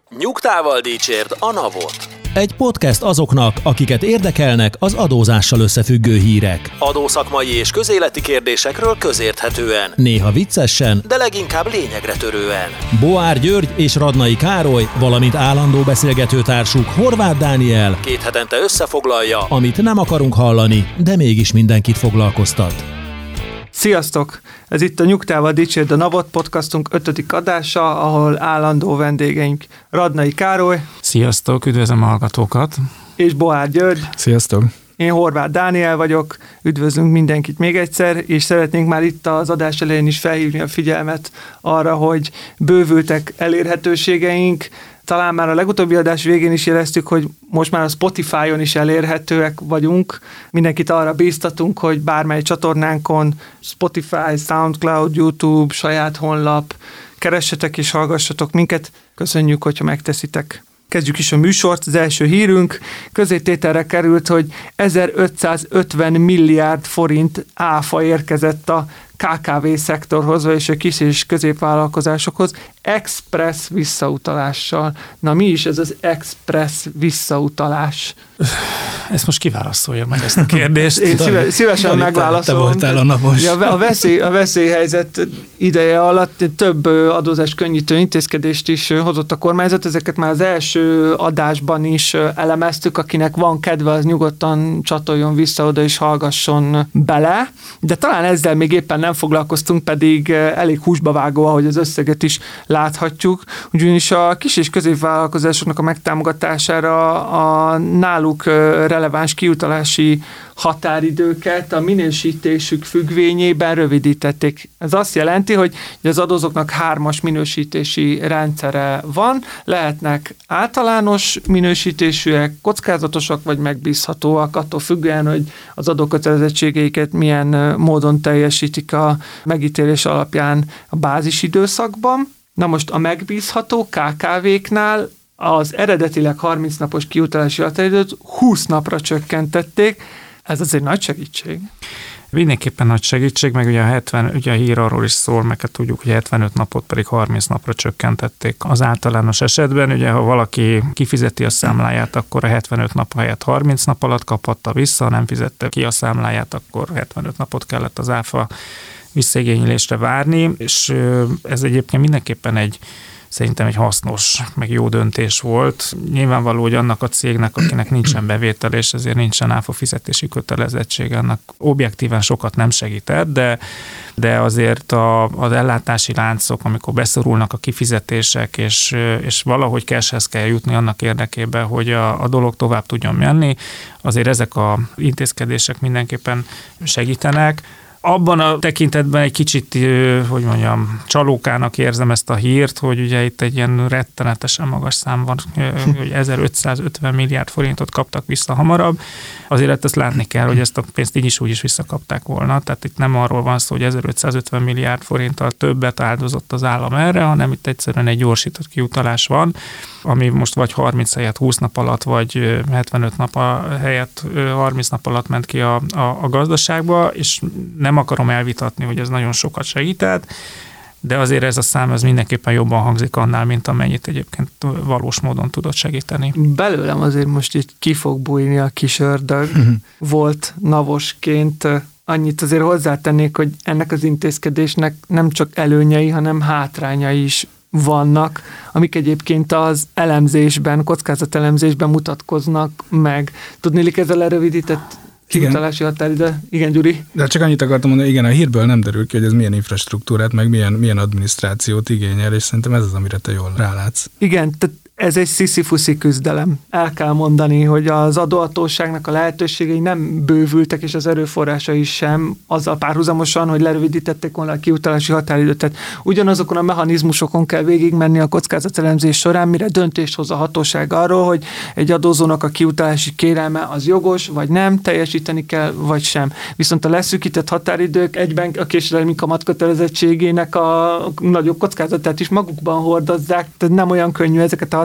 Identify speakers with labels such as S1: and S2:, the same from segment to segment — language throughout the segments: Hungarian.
S1: Nyugtával dicsérd a NAV-ot.
S2: Egy podcast azoknak, akiket érdekelnek az adózással összefüggő hírek.
S1: Adószakmai és közéleti kérdésekről közérthetően.
S2: Néha viccesen,
S1: de leginkább lényegre törően.
S2: Boár György és Radnai Károly, valamint állandó beszélgetőtársuk Horváth Dániel
S1: 2 hetente összefoglalja,
S2: amit nem akarunk hallani, de mégis mindenkit foglalkoztat.
S3: Sziasztok! Ez itt a Nyugtával dicsérd a NAV-ot podcastunk 5. adása, ahol állandó vendégeink Radnai Károly.
S4: Sziasztok, üdvözlöm a hallgatókat!
S3: És Boár György.
S5: Sziasztok!
S3: Én Horváth Dániel vagyok, üdvözlünk mindenkit még egyszer, és szeretnénk már itt az adás elején is felhívni a figyelmet arra, hogy bővültek elérhetőségeink. Talán már a legutóbbi adás végén is jeleztük, hogy most már a Spotify-on is elérhetőek vagyunk. Mindenkit arra bíztatunk, hogy bármely csatornánkon, Spotify, SoundCloud, YouTube, saját honlap, keressetek és hallgassatok minket. Köszönjük, hogyha megteszitek. Kezdjük is a műsort, az első hírünk. Közétételre került, hogy 1550 milliárd forint áfa érkezett a KKV szektorhoz, és a kis és középvállalkozásokhoz express visszautalással. Na mi is ez az express visszautalás?
S4: Ezt most kiválaszolja meg ezt a kérdést.
S3: Én szívesen megválaszolom.
S5: Te voltál a napos.
S3: A veszélyhelyzet ideje alatt több adózás könnyítő intézkedést is hozott a kormányzat. Ezeket már az első adásban is elemeztük. Akinek van kedve, az nyugodtan csatoljon vissza oda és hallgasson bele. De talán ezzel még éppen nem foglalkoztunk, pedig elég húsba vágó, ahogy az összeget is láthatjuk. Ugyanis a kis és középvállalkozásoknak a megtámogatására a náluk releváns kiutalási határidőket a minősítésük függvényében rövidítették. Ez azt jelenti, hogy az adózóknak 3-as minősítési rendszere van, lehetnek általános minősítésűek, kockázatosak vagy megbízhatóak, attól függően, hogy az adókötelezettségeiket milyen módon teljesítik a megítélés alapján a bázisidőszakban. Na most a megbízható KKV-knál az eredetileg 30 napos kiutalási határidőt 20 napra csökkentették. Ez azért nagy segítség.
S4: Mindenképpen nagy segítség, meg ugye a hír arról is szól, meg tudjuk, hogy 75 napot pedig 30 napra csökkentették az általános esetben. Ugye, ha valaki kifizeti a számláját, akkor a 75 nap helyett 30 nap alatt kaphatta vissza, ha nem fizette ki a számláját, akkor 75 napot kellett az áfa visszaigénylésre várni, és ez egyébként mindenképpen szerintem egy hasznos, meg jó döntés volt. Nyilvánvaló, hogy annak a cégnek, akinek nincsen bevétel, és ezért nincsen áfa fizetési kötelezettség, annak objektíven sokat nem segített, de azért az ellátási láncok, amikor beszorulnak a kifizetések, és valahogy cashhez kell jutni annak érdekében, hogy a dolog tovább tudjon menni, azért ezek az intézkedések mindenképpen segítenek. Abban a tekintetben egy kicsit, csalókának érzem ezt a hírt, hogy ugye itt egy ilyen rettenetesen magas szám van, hogy 1550 milliárd forintot kaptak vissza hamarabb. Azért ezt látni kell, hogy ezt a pénzt így is úgy is visszakapták volna. Tehát itt nem arról van szó, hogy 1550 milliárd forinttal többet áldozott az állam erre, hanem itt egyszerűen egy gyorsított kiutalás van, ami most vagy 30 helyett 20 nap alatt, vagy 75 nap helyett 30 nap alatt ment ki a gazdaságba, és nem akarom elvitatni, hogy ez nagyon sokat segített, de azért ez a szám ez mindenképpen jobban hangzik annál, mint amennyit egyébként valós módon tudott segíteni.
S3: Belőlem azért most így ki fog bújni a kis ördög. Volt navosként. Annyit azért hozzátennék, hogy ennek az intézkedésnek nem csak előnyei, hanem hátrányai is vannak, amik egyébként az elemzésben, kockázatelemzésben mutatkoznak meg. Tudnélik ez a lerövidített kiutalási határidő? Igen, Gyuri?
S5: De csak annyit akartam mondani, igen, a hírből nem derül ki, hogy ez milyen infrastruktúrát, meg milyen adminisztrációt igényel, és szerintem ez az, amire te jól rálátsz.
S3: Igen, tehát ez egy sziszifuszi küzdelem. El kell mondani, hogy az adóhatóságnak a lehetőségei nem bővültek, és az erőforrásai sem azzal párhuzamosan, hogy lerövidítették volna a kiutalási határidőt. Tehát ugyanazokon a mechanizmusokon kell végigmenni a kockázatelemzés során, mire döntést hoz a hatóság arról, hogy egy adózónak a kiutalási kérelme az jogos, vagy nem, teljesíteni kell, vagy sem. Viszont a leszűkített határidők egyben a késedelmi kamatkötelezettségének a nagyobb kockázatát is magukban hordozzák, tehát nem olyan könnyű ezeket a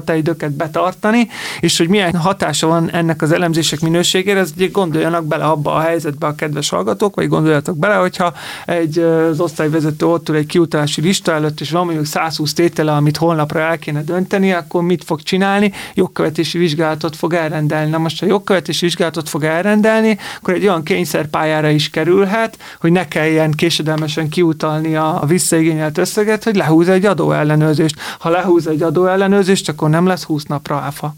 S3: határidőket betartani, és hogy milyen hatása van ennek az elemzések minőségére, ezt gondoljanak bele abba a helyzetbe a kedves hallgatók, vagy gondoljatok bele, hogyha az osztályvezető ott ül egy kiutalási lista előtt, és van mondjuk 120 tétele, amit holnapra el kéne dönteni, akkor mit fog csinálni? Jogkövetési vizsgálatot fog elrendelni. Na most, ha jogkövetési vizsgálatot fog elrendelni, akkor egy olyan kényszerpályára is kerülhet, hogy ne kelljen késedelmesen kiutalni a visszaigényelt összeget, hogy lehúz egy adóellenőrzést. Ha lehúz egy adóellenőrzést, akkor nem lesz 20 napra áfa.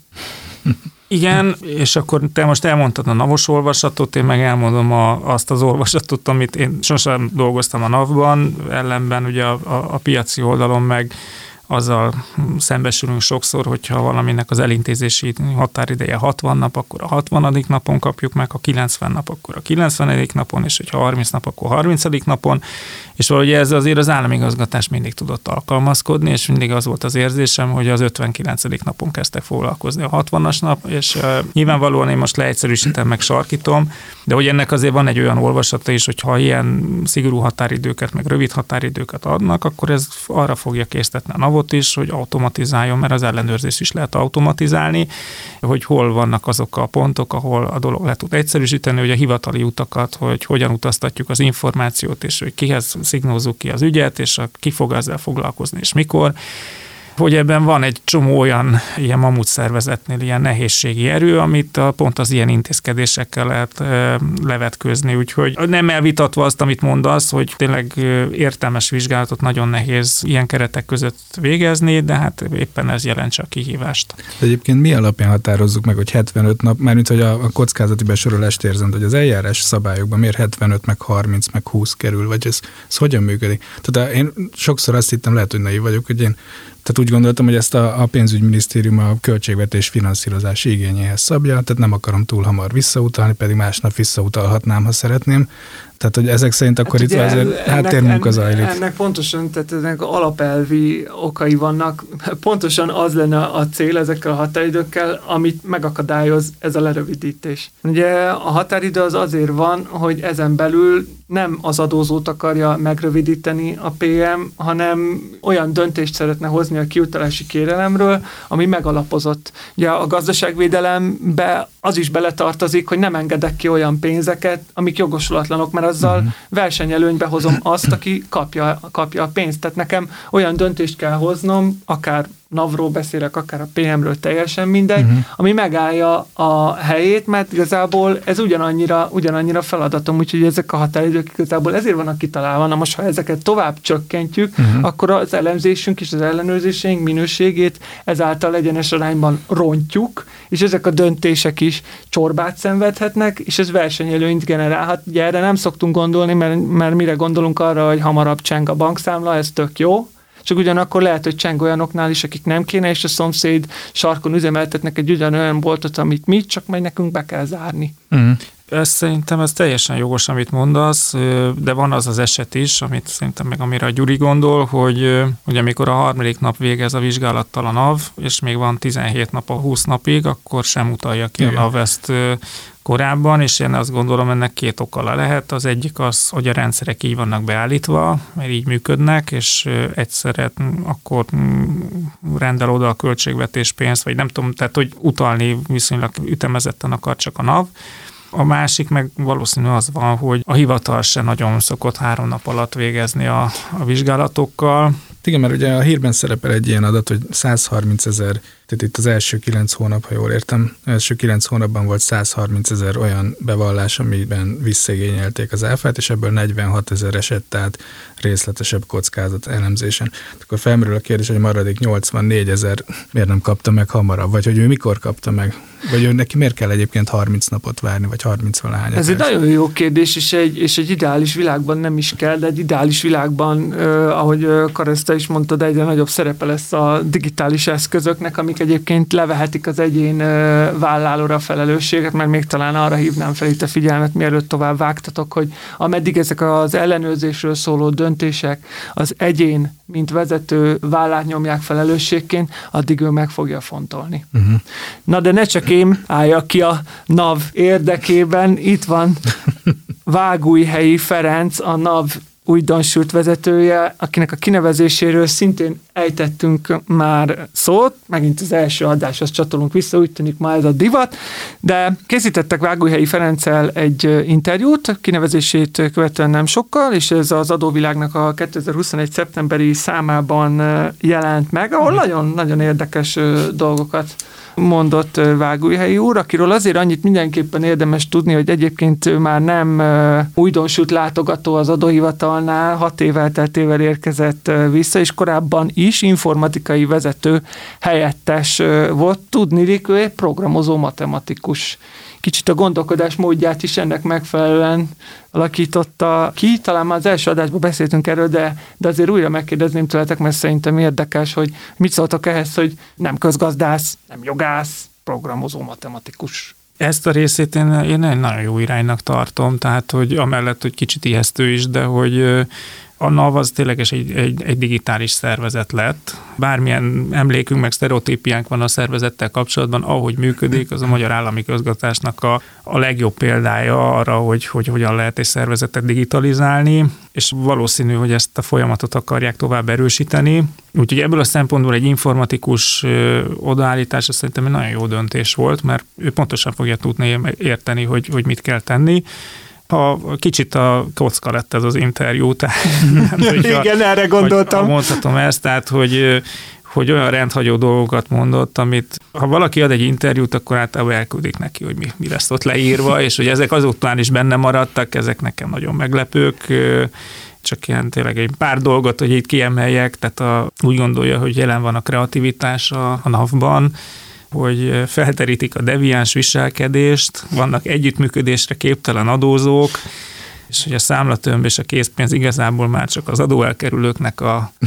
S4: Igen, és akkor te most elmondtad a NAV-os olvasatot, én meg elmondom azt az olvasatot, amit én sosem dolgoztam a NAV-ban, ellenben ugye a piaci oldalon meg azzal szembesülünk sokszor, hogyha valaminek az elintézési határideje 60 nap, akkor a 60. napon kapjuk meg, ha 90 nap, akkor a 90. napon, és hogyha 30 nap, akkor 30. napon, és valahogy ez azért az államigazgatás mindig tudott alkalmazkodni, és mindig az volt az érzésem, hogy az 59. napon kezdtek foglalkozni a 60-as nap, és nyilvánvalóan én most leegyszerűsítem, meg sarkítom, de hogy ennek azért van egy olyan olvasata is, hogy ha ilyen szigorú határidőket, meg rövid határidőket adnak, akkor ez arra fogja késztetni a NAV-ot is, hogy automatizáljon, mert az ellenőrzést is lehet automatizálni, hogy hol vannak azok a pontok, ahol a dolog le tud egyszerűsíteni, hogy a hivatali utakat, hogy hogyan utaztatjuk az információt, és hogy kihez szignózzuk ki az ügyet, és ki fog ezzel foglalkozni, és mikor. Hogy ebben van egy csomó olyan ilyen mamut szervezetnél ilyen nehézségi erő, amit pont az ilyen intézkedésekkel lehet levetkőzni. Úgyhogy nem elvitatva azt, amit mondasz, hogy tényleg értelmes vizsgálatot nagyon nehéz ilyen keretek között végezni, de hát éppen ez jelentse a kihívást.
S5: De egyébként mi alapján határozzuk meg, hogy 75 nap, mármint hogy a kockázati besorolást érzem, hogy az eljárás szabályokban miért 75, meg 30, meg 20 kerül, vagy ez hogyan működik? Tehát én sokszor azt hittem, lehet, hogy naív vagyok, hogy tehát úgy gondoltam, hogy ezt a pénzügyminisztérium a költségvetés finanszírozási igényéhez szabja, tehát nem akarom túl hamar visszautalni, pedig másnap visszautalhatnám, ha szeretném. Tehát, hogy ezek szerint akkor hát itt azért háttérmunka zajlik.
S3: Ennek pontosan, tehát ennek alapelvi okai vannak. Pontosan az lenne a cél ezekkel a határidőkkel, amit megakadályoz ez a lerövidítés. Ugye a határidő az azért van, hogy ezen belül nem az adózót akarja megrövidíteni a PM, hanem olyan döntést szeretne hozni a kiutalási kérelemről, ami megalapozott. Ugye a gazdaságvédelembe az is beletartozik, hogy nem engedek ki olyan pénzeket, amik jogosulatlanok, mert azzal versenyelőnybe hozom azt, aki kapja a pénzt. Tehát nekem olyan döntést kell hoznom, akár NAV-ról beszélek, akár a PM-ről, teljesen mindegy, ami megállja a helyét, mert igazából ez ugyanannyira feladatom, úgyhogy ezek a határidők igazából ezért vannak kitalálva. Na most, ha ezeket tovább csökkentjük, akkor az elemzésünk és az ellenőrzéseink minőségét ezáltal egyenes arányban rontjuk, és ezek a döntések is csorbát szenvedhetnek, és ez versenyelőnyt generálhat. Ugye erre nem szoktunk gondolni, mert mire gondolunk arra, hogy hamarabb cseng a bankszámla, ez tök jó, csak ugyanakkor lehet, hogy cseng olyanoknál is, akik nem kéne, és a szomszéd sarkon üzemeltetnek egy ugyanolyan boltot, amit mi, csak majd nekünk be kell zárni.
S4: Szerintem ez teljesen jogos, amit mondasz, de van az az eset is, amit szerintem meg amire a Gyuri gondol, hogy ugye amikor a 3. nap végez a vizsgálattal a NAV, és még van 17 nap a 20 napig, akkor sem utalja ki a NAV ezt korábban, és én azt gondolom, ennek 2 oka lehet. Az egyik az, hogy a rendszerek így vannak beállítva, mert így működnek, és egyszerre akkor rendel oda a költségvetés pénzt, vagy nem tudom, tehát hogy utalni viszonylag ütemezetten akar csak a NAV. A másik meg valószínű az van, hogy a hivatal se nagyon szokott 3 nap alatt végezni a vizsgálatokkal.
S5: Igen, mert ugye a hírben szerepel egy ilyen adat, hogy 130 000, tehát itt az első 9 hónap, ha jól értem, első 9 hónapban volt 130 000 olyan bevallás, amiben visszaigényelték az áfát, és ebből 46 000 esett át részletesebb kockázat elemzésen. Akkor felmerül a kérdés, hogy maradék 84 000 miért nem kapta meg hamarabb, vagy hogy ő mikor kapta meg, vagy ő neki miért kell egyébként 30 napot várni, vagy 30-valahány.
S3: Ez egy nagyon jó kérdés, és egy ideális világban nem is kell, de egy ideális világban, ahogy Kareszta is mondtad, egyre nagyobb szerepe lesz a digitális eszközöknek, amik egyébként levehetik az egyén vállalóra a felelősséget, mert még talán arra hívnám fel itt a figyelmet, mielőtt tovább vágtatok, hogy ameddig ezek az ellenőrzésről szóló döntések az egyén, mint vezető vállát nyomják felelősségként, addig ő meg fogja fontolni. Na de ne csak én álljak ki a NAV érdekében, itt van Vágújhelyi Ferenc, a NAV újdonsült vezetője, akinek a kinevezéséről szintén ejtettünk már szót, megint az első adáshoz csatolunk vissza, úgy tűnik ma ez a divat, de készítettek Vágóhelyi Ferenccel egy interjút, kinevezését követően nem sokkal, és ez az Adóvilágnak a 2021. szeptemberi számában jelent meg, ahol nagyon-nagyon érdekes dolgokat mondott Vágóhelyi úr, akiről azért annyit mindenképpen érdemes tudni, hogy egyébként ő már nem újdonsült látogató az adóhivatalnál, 6 év elteltével érkezett vissza, és korábban is informatikai vezető helyettes volt. Tudniillik, ő egy programozó matematikus. Kicsit a gondolkodás módját is ennek megfelelően alakította ki. Talán már az első adásban beszéltünk erről, de azért újra megkérdezném tőletek, mert szerintem érdekes, hogy mit szóltok ehhez, hogy nem közgazdász, nem jogász, programozó matematikus.
S4: Ezt a részét én egy nagyon jó iránynak tartom, tehát hogy amellett, hogy kicsit ijesztő is, de hogy a NAV az tényleg egy digitális szervezet lett. Bármilyen emlékünk, meg sztereotípiánk van a szervezettel kapcsolatban, ahogy működik, az a magyar állami közgazgatásnak a legjobb példája arra, hogy hogyan lehet egy szervezetet digitalizálni, és valószínű, hogy ezt a folyamatot akarják tovább erősíteni. Úgyhogy ebből a szempontból egy informatikus odaállítása szerintem egy nagyon jó döntés volt, mert ő pontosan fogja tudni érteni, hogy mit kell tenni. Kicsit a kocka lett ez az interjú, tehát
S3: igen, erre gondoltam.
S4: Mondhatom ezt, tehát hogy olyan rendhagyó dolgokat mondott, amit ha valaki ad egy interjút, akkor általában elküldik neki, hogy mi lesz ott leírva, és hogy ezek azután is benne maradtak, ezek nekem nagyon meglepők, csak ilyen tényleg egy pár dolgot, hogy itt kiemeljek, tehát úgy gondolja, hogy jelen van a kreativitás a NAV-ban, hogy felterítik a deviáns viselkedést, vannak együttműködésre képtelen adózók, és hogy a számlatömb és a készpénz igazából már csak az adóelkerülőknek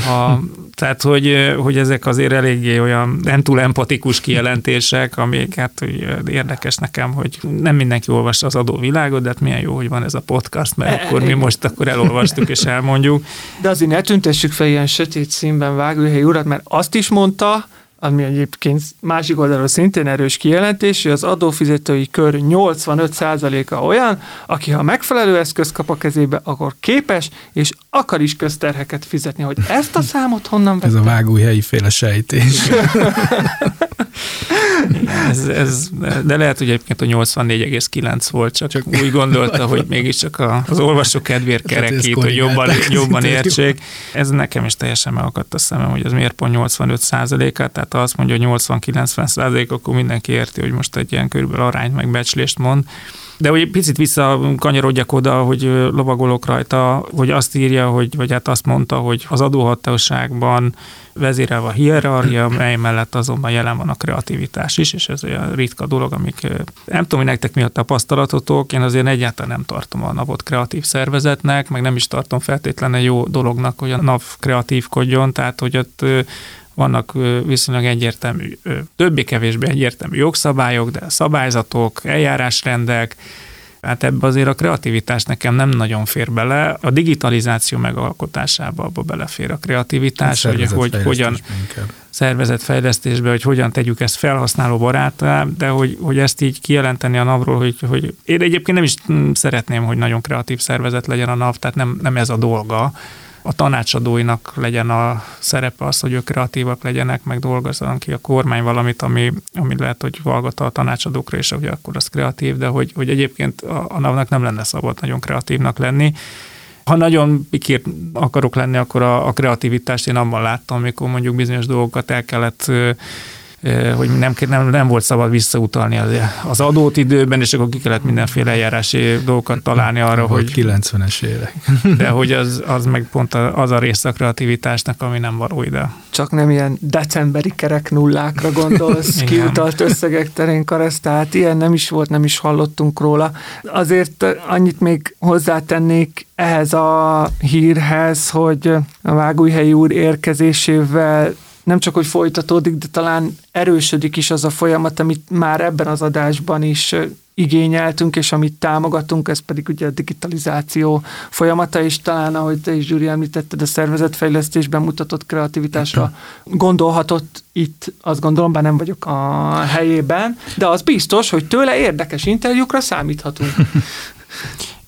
S4: tehát, hogy ezek azért eléggé olyan nem túl empatikus kijelentések, amik hát érdekes nekem, hogy nem mindenki olvassa az Adóvilágot, de hát milyen jó, hogy van ez a podcast, mert akkor mi most elolvastuk és elmondjuk.
S3: De azért ne tüntessük fel ilyen sötét színben Vágóhelyi urat, mert azt is mondta, ami egyébként másik oldalról szintén erős kijelentés, hogy az adófizetői kör 85%-a olyan, aki ha megfelelő eszköz kap a kezébe, akkor képes, és akar is közterheket fizetni. Hogy ezt a számot honnan vettem?
S5: Ez a Vágóhelyi féle sejtés.
S4: De lehet, hogy egyébként a 84,9 volt, csak úgy gondolta, hogy mégiscsak az olvasó kedvéért kerekít, hogy jobban értsék. Ez nekem is teljesen megakadt a szemem, hogy ez miért pont 85%-át, tehát ha azt mondja, hogy 80-90%, akkor mindenki érti, hogy most egy ilyen körülbelül arányt meg becslést mond. De hogy picit visszakanyarodjak oda, hogy lovagolok rajta, hogy azt írja, vagy hát azt mondta, hogy az adóhatóságban vezérelve a hierarchia, mely mellett azonban jelen van a kreativitás is, és ez olyan ritka dolog, amik nem tudom, hogy nektek mi a tapasztalatotok, én azért egyáltalán nem tartom a NAV-ot kreatív szervezetnek, meg nem is tartom feltétlenül jó dolognak, hogy a NAV kreatívkodjon, tehát hogy ott vannak viszonylag egyértelmű, többé-kevésbé egyértelmű jogszabályok, de szabályzatok, eljárásrendek, hát ebbe azért a kreativitás nekem nem nagyon fér bele. A digitalizáció megalkotásába abba belefér a kreativitás, hogy hogyan szervezetfejlesztésbe, hogy hogyan tegyük ezt felhasználó baráttá, de hogy ezt így kijelenteni a NAV-ról, hogy én egyébként nem is szeretném, hogy nagyon kreatív szervezet legyen a NAV, tehát nem ez a dolga. A tanácsadóinak legyen a szerepe az, hogy ők kreatívak legyenek, meg dolgozzanak ki a kormány valamit, ami lehet, hogy hallgat a tanácsadókra, és hogy akkor az kreatív, de hogy egyébként a NAV-nak nem lenne szabad nagyon kreatívnak lenni. Ha nagyon pikír akarok lenni, akkor a kreativitást én abban láttam, amikor mondjuk bizonyos dolgokat el kellett, hogy nem volt szabad visszautalni az adót időben, és akkor ki kellett mindenféle eljárási dolgokat találni arra, hogy
S5: 90-es évek.
S4: De hogy az meg pont az a rész a kreativitásnak, ami nem való ide.
S3: Csak nem ilyen decemberi kerek nullákra gondolsz, kiutalt összegek terén kereszt, tehát ilyen nem is volt, nem is hallottunk róla. Azért annyit még hozzátennék ehhez a hírhez, hogy a Vágóhelyi úr érkezésével nem csak, hogy folytatódik, de talán erősödik is az a folyamat, amit már ebben az adásban is igényeltünk, és amit támogatunk, ez pedig ugye a digitalizáció folyamata, és talán, ahogy te is, Gyuri, említetted, a szervezetfejlesztésben mutatott kreativitásra gondolhatott itt, azt gondolom, bár nem vagyok a helyében, de az biztos, hogy tőle érdekes interjúkra számíthatunk.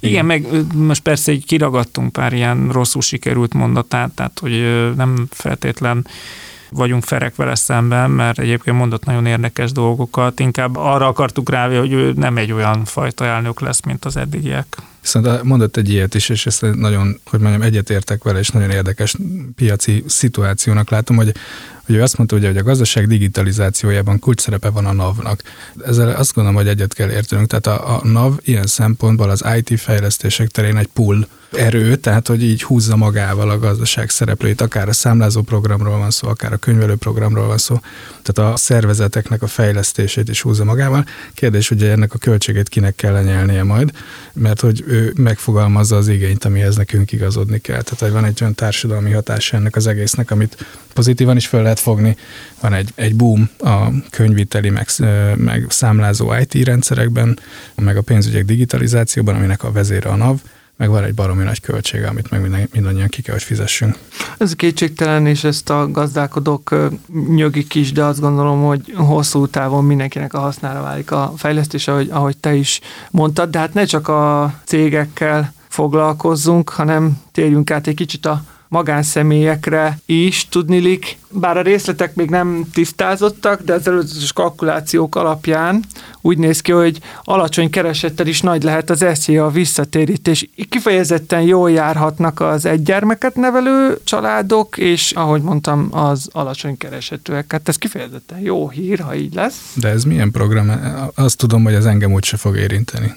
S4: Igen, meg most persze így kiragadtunk pár ilyen rosszul sikerült mondatát, tehát hogy nem feltétlen vagyunk ferek vele szemben, mert egyébként mondott nagyon érdekes dolgokat, inkább arra akartuk rá, hogy ő nem egy olyan fajta elnök lesz, mint az eddigiek.
S5: Viszont mondott egy ilyet is, és ezt nagyon, hogy mondjam, egyetértek vele, és nagyon érdekes piaci szituációnak látom, hogy ő azt mondta, hogy a gazdaság digitalizációjában kulcs szerepe van a NAV-nak. Ezzel azt gondolom, hogy egyet kell értenünk. Tehát a NAV ilyen szempontból az IT fejlesztések terén egy pull erő, tehát hogy így húzza magával a gazdaság szereplőit, akár a számlázó programról van szó, akár a könyvelő programról van szó, tehát a szervezeteknek a fejlesztését is húzza magával. Kérdés, hogy ennek a költségét kinek kell lenyelnie majd, mert hogy ő megfogalmazza az igényt, amihez nekünk igazodni kell. Tehát hogy van egy olyan társadalmi hatása ennek az egésznek, amit pozitívan is föl lehet fogni. Van egy boom a könyviteli, meg számlázó IT rendszerekben, meg a pénzügyek digitalizációban, aminek a vezére a NAV, meg van egy baromi nagy költsége, amit meg mindannyian ki kell, hogy fizessünk.
S3: Ez kétségtelen, és ezt a gazdálkodók nyögik is, de azt gondolom, hogy hosszú távon mindenkinek a hasznára válik a fejlesztés, ahogy te is mondtad, de hát ne csak a cégekkel foglalkozzunk, hanem térjünk át egy kicsit a magánszemélyekre is, tudnilik, bár a részletek még nem tisztázottak, de az előzetes kalkulációk alapján úgy néz ki, hogy alacsony keresettel is nagy lehet az esélye a visszatérítés. Kifejezetten jól járhatnak az egy gyermeket nevelő családok, és ahogy mondtam, az alacsony keresetűek. Hát ez kifejezetten jó hír, ha így lesz.
S5: De ez milyen program? Azt tudom, hogy ez engem úgyse fog érinteni.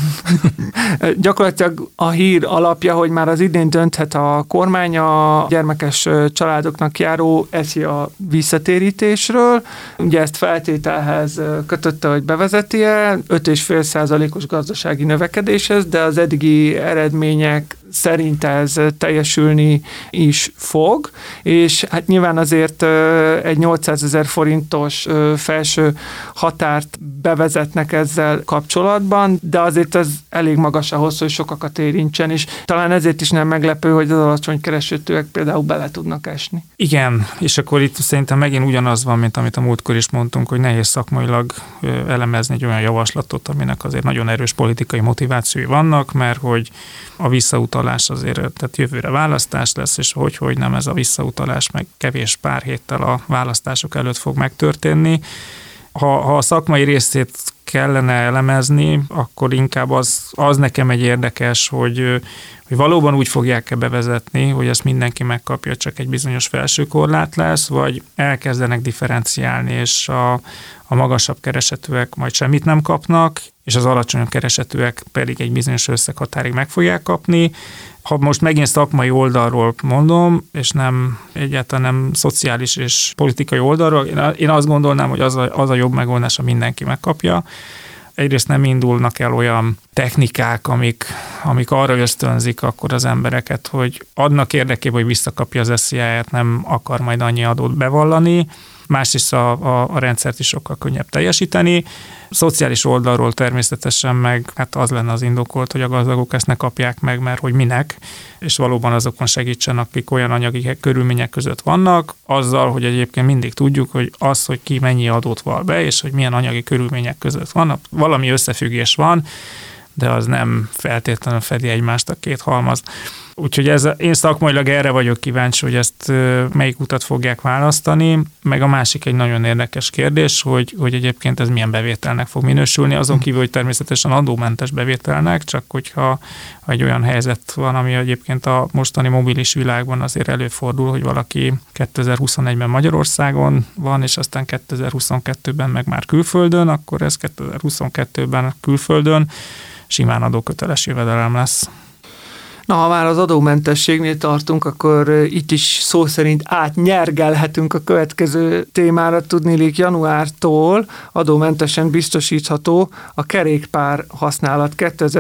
S3: Gyakorlatilag a hír alapja, hogy már az idén dönthet a kormány a gyermekes családoknak járó a visszatérítésről. Ugye ezt feltételhez kötötte, hogy bevezeti-e 5,5%-os gazdasági növekedéshez, de az eddigi eredmények szerint ez teljesülni is fog, és hát nyilván azért egy 800 000 forintos felső határt bevezetnek ezzel kapcsolatban, de azért ez elég magas ahhoz, hogy sokakat érintsen, és talán ezért is nem meglepő, hogy az alacsony keresetűek például bele tudnak esni.
S4: Igen, és akkor itt szerintem megint ugyanaz van, mint amit a múltkor is mondtunk, hogy nehéz szakmailag elemezni egy olyan javaslatot, aminek azért nagyon erős politikai motivációi vannak, mert hogy a visszautalás azért, tehát jövőre választás lesz, és hogy nem ez a visszautalás, meg kevés pár héttel a választások előtt fog megtörténni. Ha a szakmai részét kellene elemezni, akkor inkább az nekem egy érdekes, hogy valóban úgy fogják-e bevezetni, hogy ezt mindenki megkapja, csak egy bizonyos felső korlát lesz, vagy elkezdenek differenciálni, és a magasabb keresetűek majd semmit nem kapnak, és az alacsony keresetűek pedig egy bizonyos összeghatárig meg fogják kapni. Ha most megint szakmai oldalról mondom, és nem egyáltalán nem szociális és politikai oldalról, én azt gondolnám, hogy az a jobb megoldás, ha mindenki megkapja. Egyrészt nem indulnak el olyan technikák, amik arra ösztönzik akkor az embereket, hogy adnak érdekében, hogy visszakapja az SZIA-ját, nem akar majd annyi adót bevallani. Másrészt a rendszert is sokkal könnyebb teljesíteni. Szociális oldalról természetesen meg hát az lenne az indokolt, hogy a gazdagok ezt ne kapják meg, mert hogy minek, és valóban azokon segítsen, akik olyan anyagi körülmények között vannak, azzal, hogy egyébként mindig tudjuk, hogy az, hogy ki mennyi adót val be, és hogy milyen anyagi körülmények között van, valami összefüggés van, de az nem feltétlenül fedi egymást a két halmaz. Úgyhogy én szakmailag erre vagyok kíváncsi, hogy ezt melyik utat fogják választani, meg a másik egy nagyon érdekes kérdés, hogy egyébként ez milyen bevételnek fog minősülni, azon kívül, hogy természetesen adómentes bevételnek, csak hogyha egy olyan helyzet van, ami egyébként a mostani mobilis világban azért előfordul, hogy valaki 2021-ben Magyarországon van, és aztán 2022-ben meg már külföldön, akkor ez 2022-ben külföldön simán adóköteles jövedelem lesz.
S3: Na, ha már az adómentességnél tartunk, akkor itt is szó szerint átnyergelhetünk a következő témára. Tudniillik, januártól adómentesen biztosítható a kerékpár használat.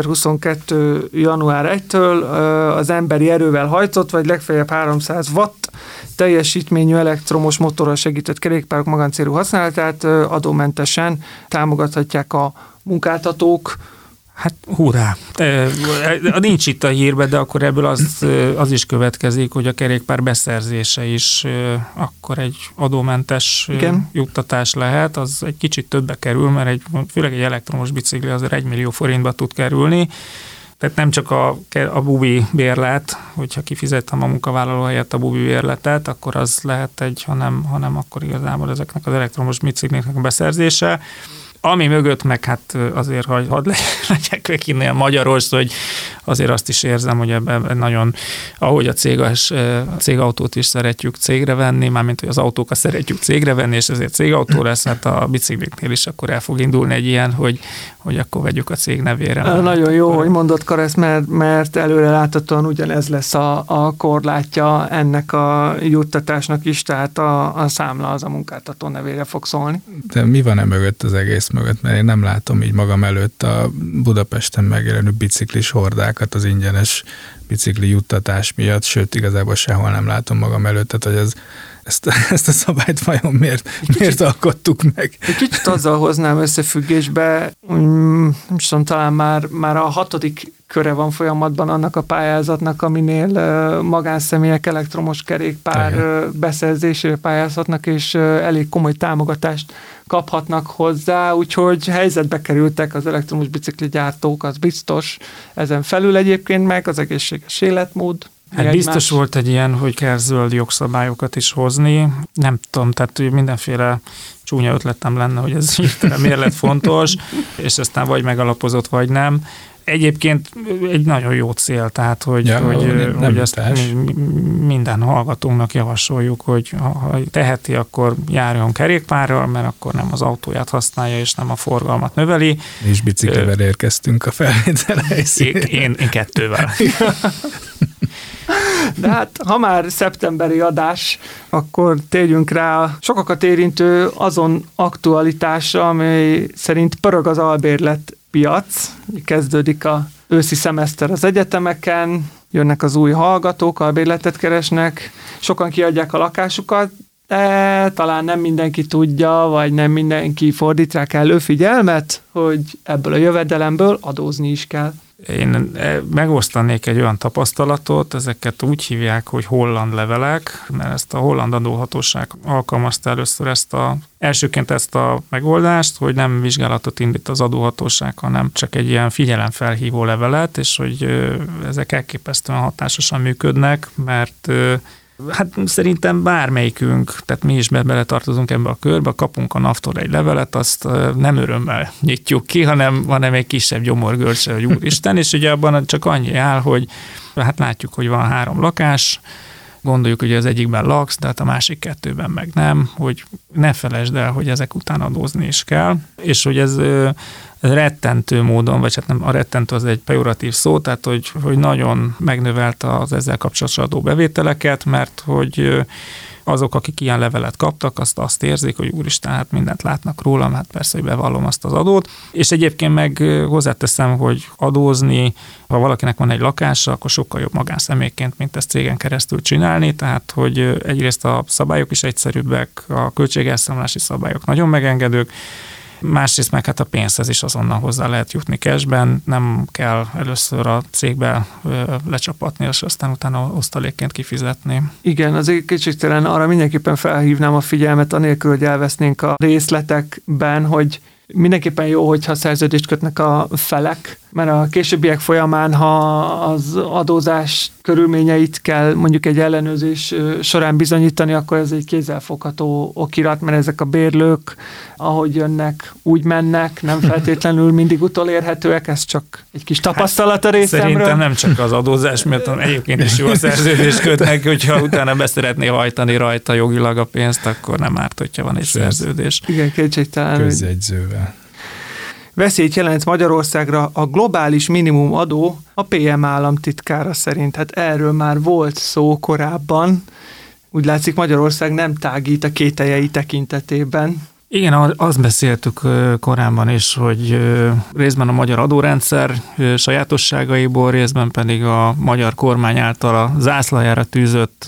S3: 2022. január 1-től az emberi erővel hajtott, vagy legfeljebb 300 watt teljesítményű elektromos motorral segített kerékpárok magáncélú használatát adómentesen támogathatják a munkáltatók.
S4: Hát hurrá! Nincs itt a hírben, de akkor ebből az is következik, hogy a kerékpár beszerzése is akkor egy adómentes juttatás lehet, az egy kicsit többbe kerül, mert főleg egy elektromos bicikli azért 1 millió forintba tud kerülni, Tehát nem csak a bubi bérlet, hogyha kifizettem a munkavállaló helyett a bubi bérletet, akkor az lehet hanem akkor igazából ezeknek az elektromos bicikliknek a beszerzése. Ami mögött meg hát azért, hadd legyek vekinnél magyaros, hogy azért azt is érzem, hogy ebben nagyon, ahogy a cégautót is szeretjük cégre venni, mármint hogy az autókat szeretjük cégre venni, és ezért cégautó lesz, hát a bicikliknél is akkor el fog indulni egy ilyen, hogy akkor vegyük a cég nevére.
S3: Nagyon jó, hogy mondott, Karesz, mert előre láthatóan ugyanez lesz a korlátja ennek a juttatásnak is, tehát a számla az a munkáltató nevére fog szólni.
S5: De mi van mögött az egész mögött? Mert én nem látom így magam előtt a Budapesten megjelenő biciklis hordákat az ingyenes bicikli juttatás miatt, sőt, igazából sehol nem látom magam előtt, tehát hogy ezt a szabályt vajon miért alkottuk meg?
S3: Egy kicsit azzal hoznám összefüggésbe, nem tudom, talán már a 6. köre van folyamatban annak a pályázatnak, aminél magánszemélyek elektromos kerékpár beszerzésére pályázhatnak, és elég komoly támogatást kaphatnak hozzá, úgyhogy helyzetbe kerültek az elektromos bicikligyártók, az biztos. Ezen felül egyébként meg az egészséges életmód.
S4: Hát biztos volt egy ilyen, hogy kell zöld jogszabályokat is hozni. Nem tudom, tehát mindenféle csúnya ötletem lenne, hogy ez miért lett fontos, és aztán vagy megalapozott, vagy nem. Egyébként egy nagyon jó cél, tehát hogy ezt minden hallgatónknak javasoljuk, hogy ha teheti, akkor járjon kerékpárral, mert akkor nem az autóját használja, és nem a forgalmat növeli.
S5: És biciklivel érkeztünk a felvétel helyszínére.
S4: Én 2-vel.
S3: De hát, ha már szeptemberi adás, akkor térjünk rá a sokakat érintő azon aktualitásra, amely szerint pörög az albérlet piac. Kezdődik az őszi szemeszter az egyetemeken, jönnek az új hallgatók, albérletet keresnek, sokan kiadják a lakásukat, de talán nem mindenki tudja, vagy nem mindenki fordít rá kellő figyelmet, hogy ebből a jövedelemből adózni is kell.
S4: Én megosztanék egy olyan tapasztalatot, ezeket úgy hívják, hogy holland levelek, mert ezt a holland adóhatóság alkalmazta először elsőként ezt a megoldást, hogy nem vizsgálatot indít az adóhatóság, hanem csak egy ilyen figyelemfelhívó levelet, és hogy ezek elképesztően hatásosan működnek, mert hát szerintem bármelyikünk, tehát mi is beletartozunk ebbe a körbe, kapunk a NAV-tól egy levelet, azt nem örömmel nyitjuk ki, hanem egy kisebb gyomorgörcse, hogy úristen, és ugye abban csak annyi áll, hogy hát látjuk, hogy van 3 lakás, gondoljuk, hogy az egyikben laksz, de hát a másik 2-ben meg nem, hogy ne felejtsd el, hogy ezek után adózni is kell, és hogy ez rettentő módon, vagy hát nem, a rettentő az egy pejoratív szó, tehát hogy nagyon megnövelte az ezzel kapcsolatos adóbevételeket, mert hogy azok, akik ilyen levelet kaptak, azt érzik, hogy úristen, hát mindent látnak rólam, hát persze, hogy bevallom azt az adót. És egyébként meg hozzáteszem, hogy adózni, ha valakinek van egy lakása, akkor sokkal jobb magánszemélyként, mint ezt cégen keresztül csinálni, tehát hogy egyrészt a szabályok is egyszerűbbek, a költségelszámolási szabályok nagyon megengedők, másrészt meg hát a pénzhez is azonnal hozzá lehet jutni cashben, nem kell először a cégbe lecsapatni, és aztán utána osztalékként kifizetni.
S3: Igen, azért kicsiktelen arra mindenképpen felhívnám a figyelmet, anélkül, hogy elvesznénk a részletekben, hogy mindenképpen jó, hogyha szerződést kötnek a felek, mert a későbbiek folyamán, ha az adózás körülményeit kell mondjuk egy ellenőrzés során bizonyítani, akkor ez egy kézzelfogható okirat, mert ezek a bérlők, ahogy jönnek, úgy mennek, nem feltétlenül mindig utolérhetőek, ez csak egy kis tapasztalat a részemről.
S4: Szerintem nem csak az adózás, mert egyébként is jó a szerződést kötnek, hogyha utána be szeretné hajtani rajta jogilag a pénzt, akkor nem árt, hogyha van egy szerződés.
S3: Igen, kétségtelen.
S5: Közjegyzővel.
S3: Veszélyt jelent Magyarországra a globális minimum adó a PM államtitkára szerint. Hát erről már volt szó korábban. Úgy látszik, Magyarország nem tágít a kételjei tekintetében.
S4: Igen, azt beszéltük korábban is, hogy részben a magyar adórendszer sajátosságaiból, részben pedig a magyar kormány által a zászlajára tűzött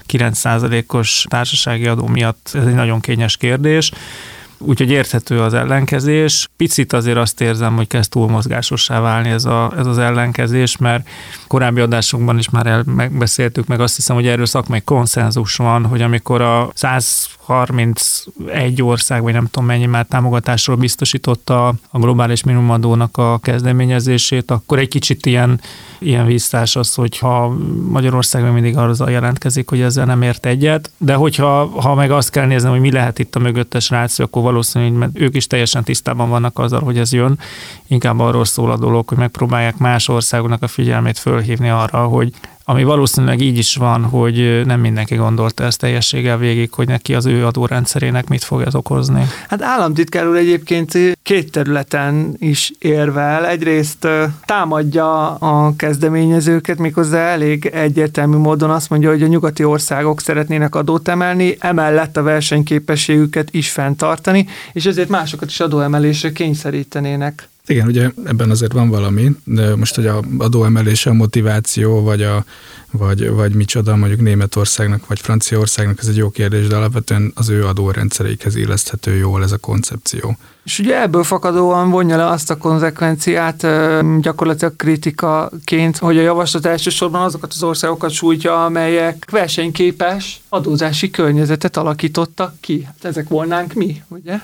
S4: 9%-os társasági adó miatt ez egy nagyon kényes kérdés. Úgyhogy érthető az ellenkezés. Picit azért azt érzem, hogy kezd túlmozgásossá válni ez az ellenkezés, mert korábbi adásokban is már megbeszéltük, meg azt hiszem, hogy erről szakmai konszenzus van, hogy amikor a 100 31 ország, vagy nem tudom mennyi már támogatásról biztosította a globális minimumadónak a kezdeményezését, akkor egy kicsit ilyen visszás az, hogyha Magyarország mindig arra jelentkezik, hogy ezzel nem ért egyet, de hogyha meg azt kell nézni, hogy mi lehet itt a mögöttes ráció, akkor valószínűleg, mert ők is teljesen tisztában vannak azzal, hogy ez jön, inkább arról szól a dolog, hogy megpróbálják más országoknak a figyelmét fölhívni arra, hogy ami valószínűleg így is van, hogy nem mindenki gondolta ezt teljességgel végig, hogy neki az ő adórendszerének mit fog ez okozni.
S3: Hát államtitkár úr egyébként két területen is érvel. Egyrészt támadja a kezdeményezőket, méghozzá elég egyértelmű módon azt mondja, hogy a nyugati országok szeretnének adót emelni, emellett a versenyképességüket is fenntartani, és ezért másokat is adóemelésre kényszerítenének.
S5: Igen, ugye ebben azért van valami, de most, hogy a adóemelése, a motiváció, vagy micsoda, mondjuk Németországnak, vagy Franciaországnak, ez egy jó kérdés, de alapvetően az ő adórendszereikhez illeszthető jól ez a koncepció.
S3: És ugye ebből fakadóan vonja le azt a konzekvenciát gyakorlatilag kritikaként, hogy a javaslat elsősorban azokat az országokat sújtja, amelyek versenyképes adózási környezetet alakítottak ki. Hát ezek volnánk mi, ugye?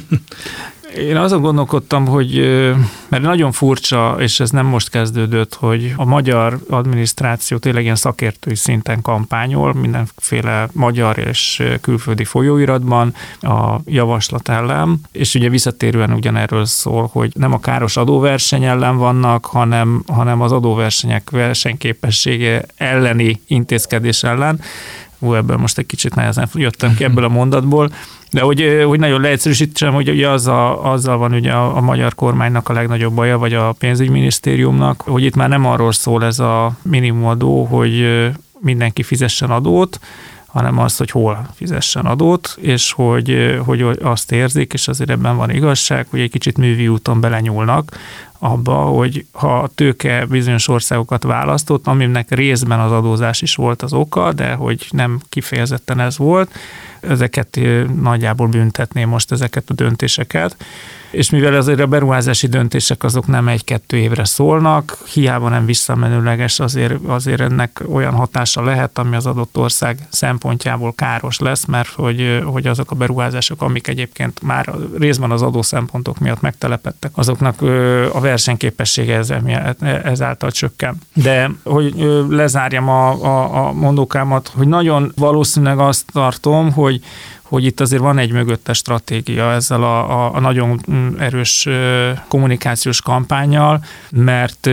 S4: Én azon gondolkodtam, hogy mert nagyon furcsa, és ez nem most kezdődött, hogy a magyar adminisztráció tényleg ilyen szakértői szinten kampányol, mindenféle magyar és külföldi folyóiratban a javaslat ellen, és ugye visszatérően ugyanerről szól, hogy nem a káros adóverseny ellen vannak, hanem az adóversenyek versenyképessége elleni intézkedés ellen. Ebből most egy kicsit nehezen jöttem ki ebből a mondatból, de hogy nagyon leegyszerűsítsem, hogy ugye azzal van ugye a magyar kormánynak a legnagyobb baja, vagy a pénzügyminisztériumnak, hogy itt már nem arról szól ez a minimumadó, hogy mindenki fizessen adót, hanem az, hogy hol fizessen adót, és hogy azt érzik, és azért ebben van igazság, hogy egy kicsit művi úton belenyúlnak abba, hogy ha a tőke bizonyos országokat választott, aminek részben az adózás is volt az oka, de hogy nem kifejezetten ez volt, ezeket nagyjából büntetné most ezeket a döntéseket. És mivel azért a beruházási döntések azok nem 1-2 évre szólnak, hiába nem visszamenőleges, azért ennek olyan hatása lehet, ami az adott ország szempontjából káros lesz, mert hogy azok a beruházások, amik egyébként már részben az adó szempontok miatt megtelepedtek, azoknak a versenyképessége ezáltal csökken. De hogy lezárjam a mondókámat, hogy nagyon valószínűleg azt tartom, hogy itt azért van egy mögöttes stratégia ezzel a nagyon erős kommunikációs kampánnyal, mert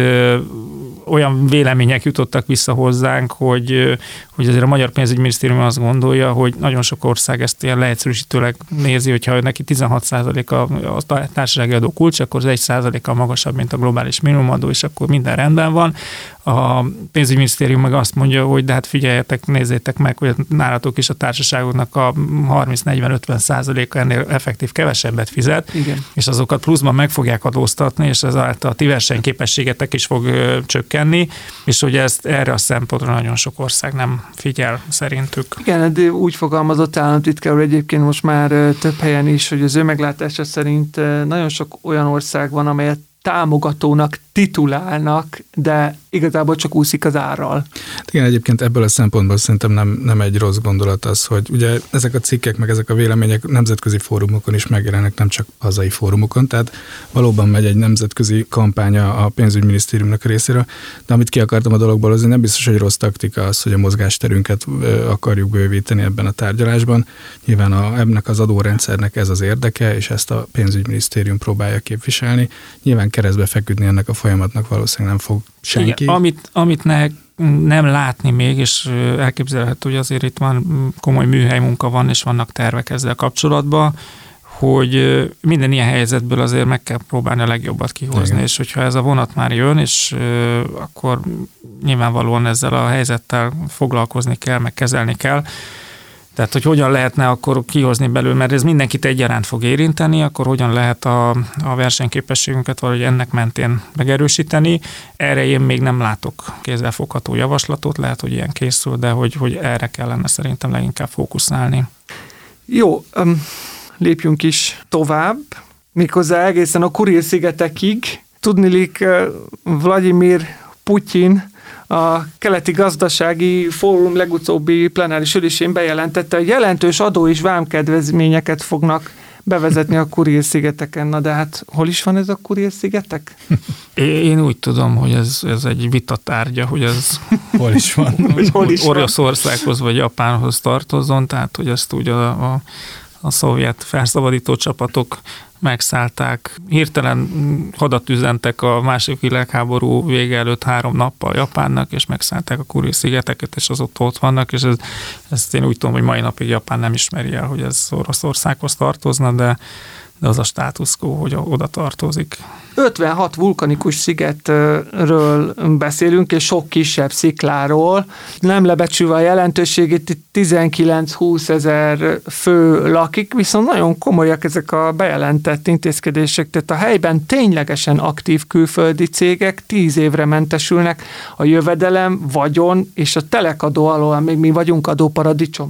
S4: olyan vélemények jutottak vissza hozzánk, hogy azért a magyar pénzügyminisztérium azt gondolja, hogy nagyon sok ország ezt ilyen leegyszerűsítőleg nézi, hogyha neki 16% a társasági adó kulcs, akkor az 1%-kal magasabb, mint a globális minimumadó, és akkor minden rendben van. A pénzügyminisztérium meg azt mondja, hogy de hát figyeljetek, nézzétek meg, hogy nálatok is a társaságoknak a 30-40-50%-a ennél effektív kevesebbet fizet, igen, és azokat pluszban meg fogják adóztatni, és ezáltal a ti versenyképességetek is fog csökkenni, és hogy erre a szempontra nagyon sok ország nem figyel szerintük.
S3: Igen, de úgy fogalmazott államtitkár úr egyébként most már több helyen is, hogy az ő meglátása szerint nagyon sok olyan ország van, amelyet támogatónak titulálnak, de igazából csak úszik az árral.
S5: Igen, egyébként ebből a szempontból szerintem nem egy rossz gondolat az, hogy ugye ezek a cikkek, meg ezek a vélemények nemzetközi fórumokon is megjelennek, nem csak hazai fórumokon, tehát valóban megy egy nemzetközi kampánya a pénzügyminisztériumnak részéről, de amit ki akartam a dologból, azért nem biztos, hogy rossz taktika az, hogy a mozgásterünket akarjuk bővíteni ebben a tárgyalásban. Nyilván ennek az adórendszernek ez az érdeke, és ezt a pénzügyminisztérium próbálja képviselni. Nyilván keresztbe feküdni ennek a folyamatnak valószínűleg nem fog senki.
S4: Igen, amit nem látni még, és elképzelhető, hogy azért itt van komoly műhelymunka van, és vannak tervek ezzel kapcsolatban, hogy minden ilyen helyzetből azért meg kell próbálni a legjobbat kihozni, igen, és hogyha ez a vonat már jön, és akkor nyilvánvalóan ezzel a helyzettel foglalkozni kell, meg kezelni kell. Tehát, hogy hogyan lehetne akkor kihozni belőle, mert ez mindenkit egyaránt fog érinteni, akkor hogyan lehet a versenyképességünket valahogy ennek mentén megerősíteni. Erre én még nem látok kézzelfogható javaslatot, lehet, hogy ilyen készül, de hogy erre kellene szerintem leginkább fókuszálni.
S3: Jó, lépjünk is tovább, méghozzá egészen a Kuril-szigetekig. Tudniillik, Vladimir Putyin a Keleti Gazdasági Fórum legutóbbi plenáris ülésén bejelentette, hogy jelentős adó és vámkedvezményeket fognak bevezetni a Kuril-szigeteken. Na de hát hol is van ez a Kuril-szigetek?
S4: Én úgy tudom, hogy ez egy vitatárgya, hogy ez
S5: hol is van.
S4: Oroszországhoz vagy Japánhoz tartozzon, tehát hogy ezt úgy a szovjet felszabadító csapatok megszállták. Hirtelen hadat üzentek a második világháború vége előtt 3 nappal Japánnak, és megszállták a Kuril-szigeteket, és az ott vannak, és ezt én úgy tudom, hogy mai napig Japán nem ismeri el, hogy ez Oroszországhoz tartozna, de az a status quo, hogy oda tartozik.
S3: 56 vulkanikus szigetről beszélünk, és sok kisebb szikláról. Nem lebecsülve a jelentőségét, itt 19-20 ezer fő lakik, viszont nagyon komolyak ezek a bejelentett intézkedések. Tehát a helyben ténylegesen aktív külföldi cégek 10 évre mentesülnek a jövedelem, vagyon és a telekadó alól, még mi vagyunk adóparadicsom.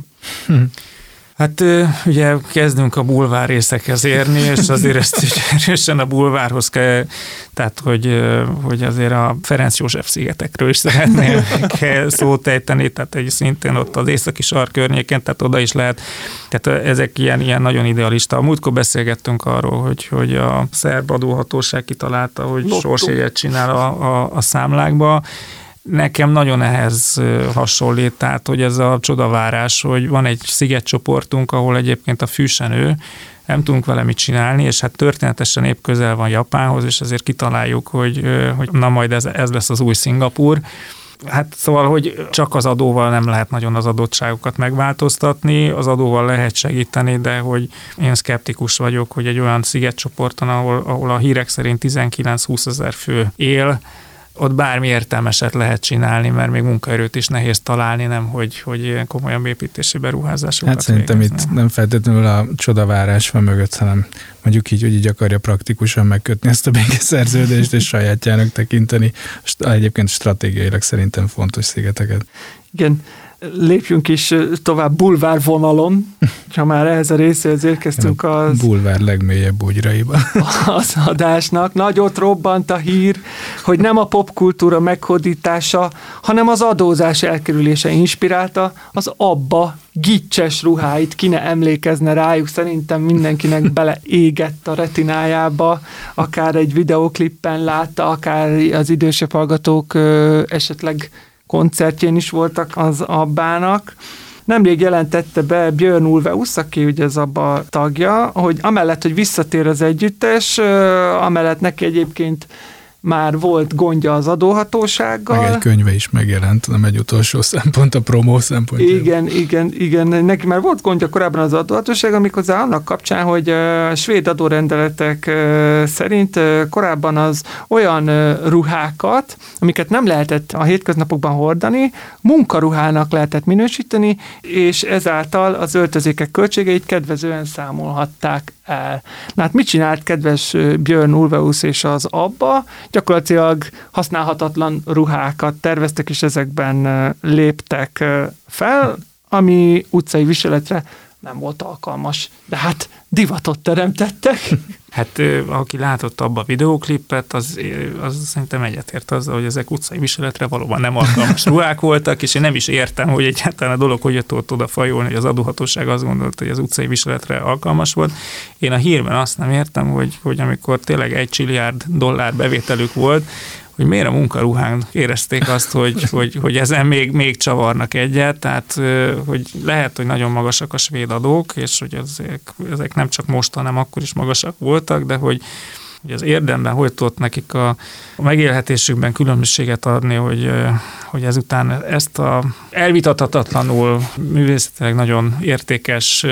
S4: Hát ugye kezdünk a bulvár részekhez érni, és azért ezt erősen a bulvárhoz kell, tehát hogy azért a Ferenc József szigetekről is szeretném szót ejteni, tehát egy szintén ott az északi sark környéken, tehát oda is lehet, tehát ezek ilyen nagyon idealista. A múltkor beszélgettünk arról, hogy a szerb adóhatóság kitalálta, hogy sorsjegyet csinál a számlákba. Nekem nagyon ehhez hasonlít, tehát hogy ez a csodavárás, hogy van egy szigetcsoportunk, ahol egyébként a fű se nő, nem tudunk vele mit csinálni, és hát történetesen épp közel van Japánhoz, és ezért kitaláljuk, hogy na majd ez lesz az új Szingapúr. Hát szóval, hogy csak az adóval nem lehet nagyon az adottságokat megváltoztatni, az adóval lehet segíteni, de hogy én szkeptikus vagyok, hogy egy olyan szigetcsoporton, ahol a hírek szerint 19-20 ezer fő él, ott bármi értelmeset lehet csinálni, mert még munkaerőt is nehéz találni, nem hogy komolyan építési beruházásokat
S5: Hát szerintem
S4: végezni.
S5: Itt nem feltétlenül a csodavárás van mögött, hanem mondjuk így, hogy így akarja praktikusan megkötni ezt a békeszerződést, és sajátjának tekinteni. Egyébként stratégiailag szerintem fontos szigeteket.
S3: Igen, lépjünk is tovább bulvár vonalon, ha már ehhez a részéhez érkeztünk az...
S5: Bulvár legmélyebb bugyraiba.
S3: Az adásnak. Nagyot robbant a hír, hogy nem a popkultúra meghódítása, hanem az adózás elkerülése inspirálta az Abba gicses ruháit, ki ne emlékezne rájuk, szerintem mindenkinek beleégett a retinájába, akár egy videóklippen látta, akár az idősebb hallgatók esetleg koncertjén is voltak az Abbának. Nemrég jelentette be Björn Ulvaeus, aki ugye az Abba tagja, hogy amellett, hogy visszatér az együttes, amellett neki egyébként már volt gondja az adóhatósággal.
S5: Meg egy könyve is megjelent, nem egy utolsó szempont, a promó szempontjából.
S3: Igen. Neki már volt gondja korábban az adóhatósággal, méghozzá annak kapcsán, hogy a svéd adórendeletek szerint korábban az olyan ruhákat, amiket nem lehetett a hétköznapokban hordani, munkaruhának lehetett minősíteni, és ezáltal az öltözékek költségeit kedvezően számolhatták el. Na hát mit csinált kedves Björn Ulvaeus és az Abba? Gyakorlatilag használhatatlan ruhákat terveztek, és ezekben léptek fel, ami utcai viseletre nem volt alkalmas. De hát divatot teremtettek.
S4: Hát aki látott abba a videóklipet, az szerintem egyetért azzal, hogy ezek utcai viseletre valóban nem alkalmas ruhák voltak, és én nem is értem, hogy egyáltalán a dolog hogy tudott oda fajolni, hogy az adóhatóság azt gondolta, hogy az utcai viseletre alkalmas volt. Én a hírben azt nem értem, hogy amikor tényleg $1 trilliárd bevételük volt, hogy miért a munkaruhán érezték azt, hogy ezen még csavarnak egyet, tehát hogy lehet, hogy nagyon magasak a svéd adók, és hogy ezek nem csak most, hanem akkor is magasak voltak, de hogy az érdemben hogy tudott nekik a megélhetésükben különbséget adni, hogy ezután ezt a elvitathatatlanul művészetileg nagyon értékes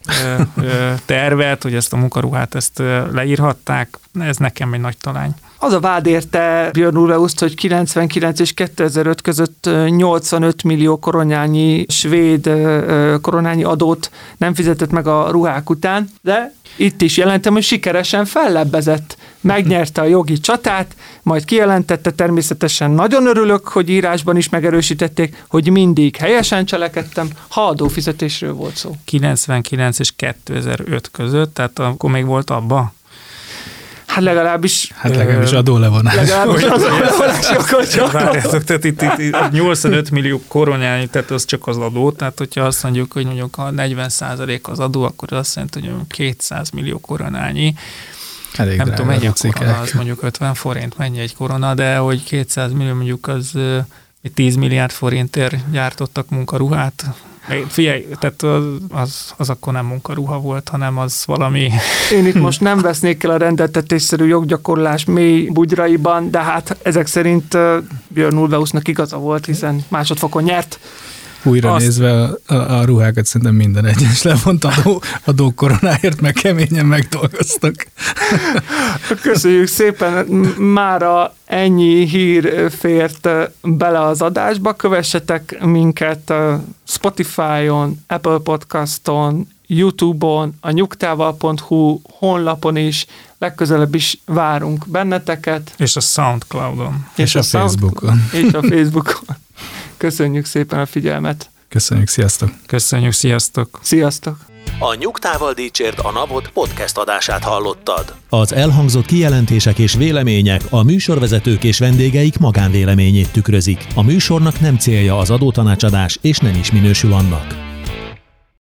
S4: tervet, hogy ezt a munkaruhát ezt leírhatták, ez nekem egy nagy talány.
S3: Az a vád érte Björn Ulvaeust, hogy 99 és 2005 között 85 millió koronányi svéd koronányi adót nem fizetett meg a ruhák után, de itt is jelentem, hogy sikeresen fellebbezett. Megnyerte a jogi csatát, majd kijelentette, természetesen nagyon örülök, hogy írásban is megerősítették, hogy mindig helyesen cselekedtem, ha adófizetésről volt szó.
S4: 99 és 2005 között, tehát akkor még volt Abba?
S3: Hát legalábbis
S5: adólevonás.
S3: Legalábbis adólevonás.
S4: Várjátok, tehát itt 85 millió koronányi, tehát az csak az adó, tehát hogyha azt mondjuk, hogy mondjuk a 40% az adó, akkor azt jelenti, hogy 200 millió koronányi.
S5: Elég
S4: nem tudom, mennyi a
S5: cikák.
S4: korona, az mondjuk 50 forint, mennyi egy korona, de hogy 200 millió mondjuk az 10 milliárd forintért gyártottak munkaruhát. Figyelj, tehát az akkor nem munkaruha volt, hanem az valami...
S3: Én itt most nem vesznék el a rendeltetésszerű joggyakorlás mély bugyraiban, de hát ezek szerint Björn Ulvaeusnak igaza volt, hiszen másodfokon nyert.
S5: Újra nézve a ruhákat szerintem minden egyes levont adó koronáért, meg keményen megdolgoztak.
S3: Köszönjük szépen, mára ennyi hír fért bele az adásba. Kövessetek minket Spotify-on, Apple Podcaston, YouTube-on, a nyugtával.hu honlapon is, legközelebb is várunk benneteket.
S4: És a Soundcloudon.
S5: És a Facebookon.
S3: És a Facebookon. Köszönjük szépen a figyelmet.
S5: Köszönjük, sziasztok.
S4: Köszönjük, sziasztok.
S3: Sziasztok.
S1: A Nyugtával Dicsért a napot podcast adását hallottad.
S2: Az elhangzott kijelentések és vélemények a műsorvezetők és vendégeik magánvéleményét tükrözik. A műsornak nem célja az adótanácsadás, és nem is minősül annak.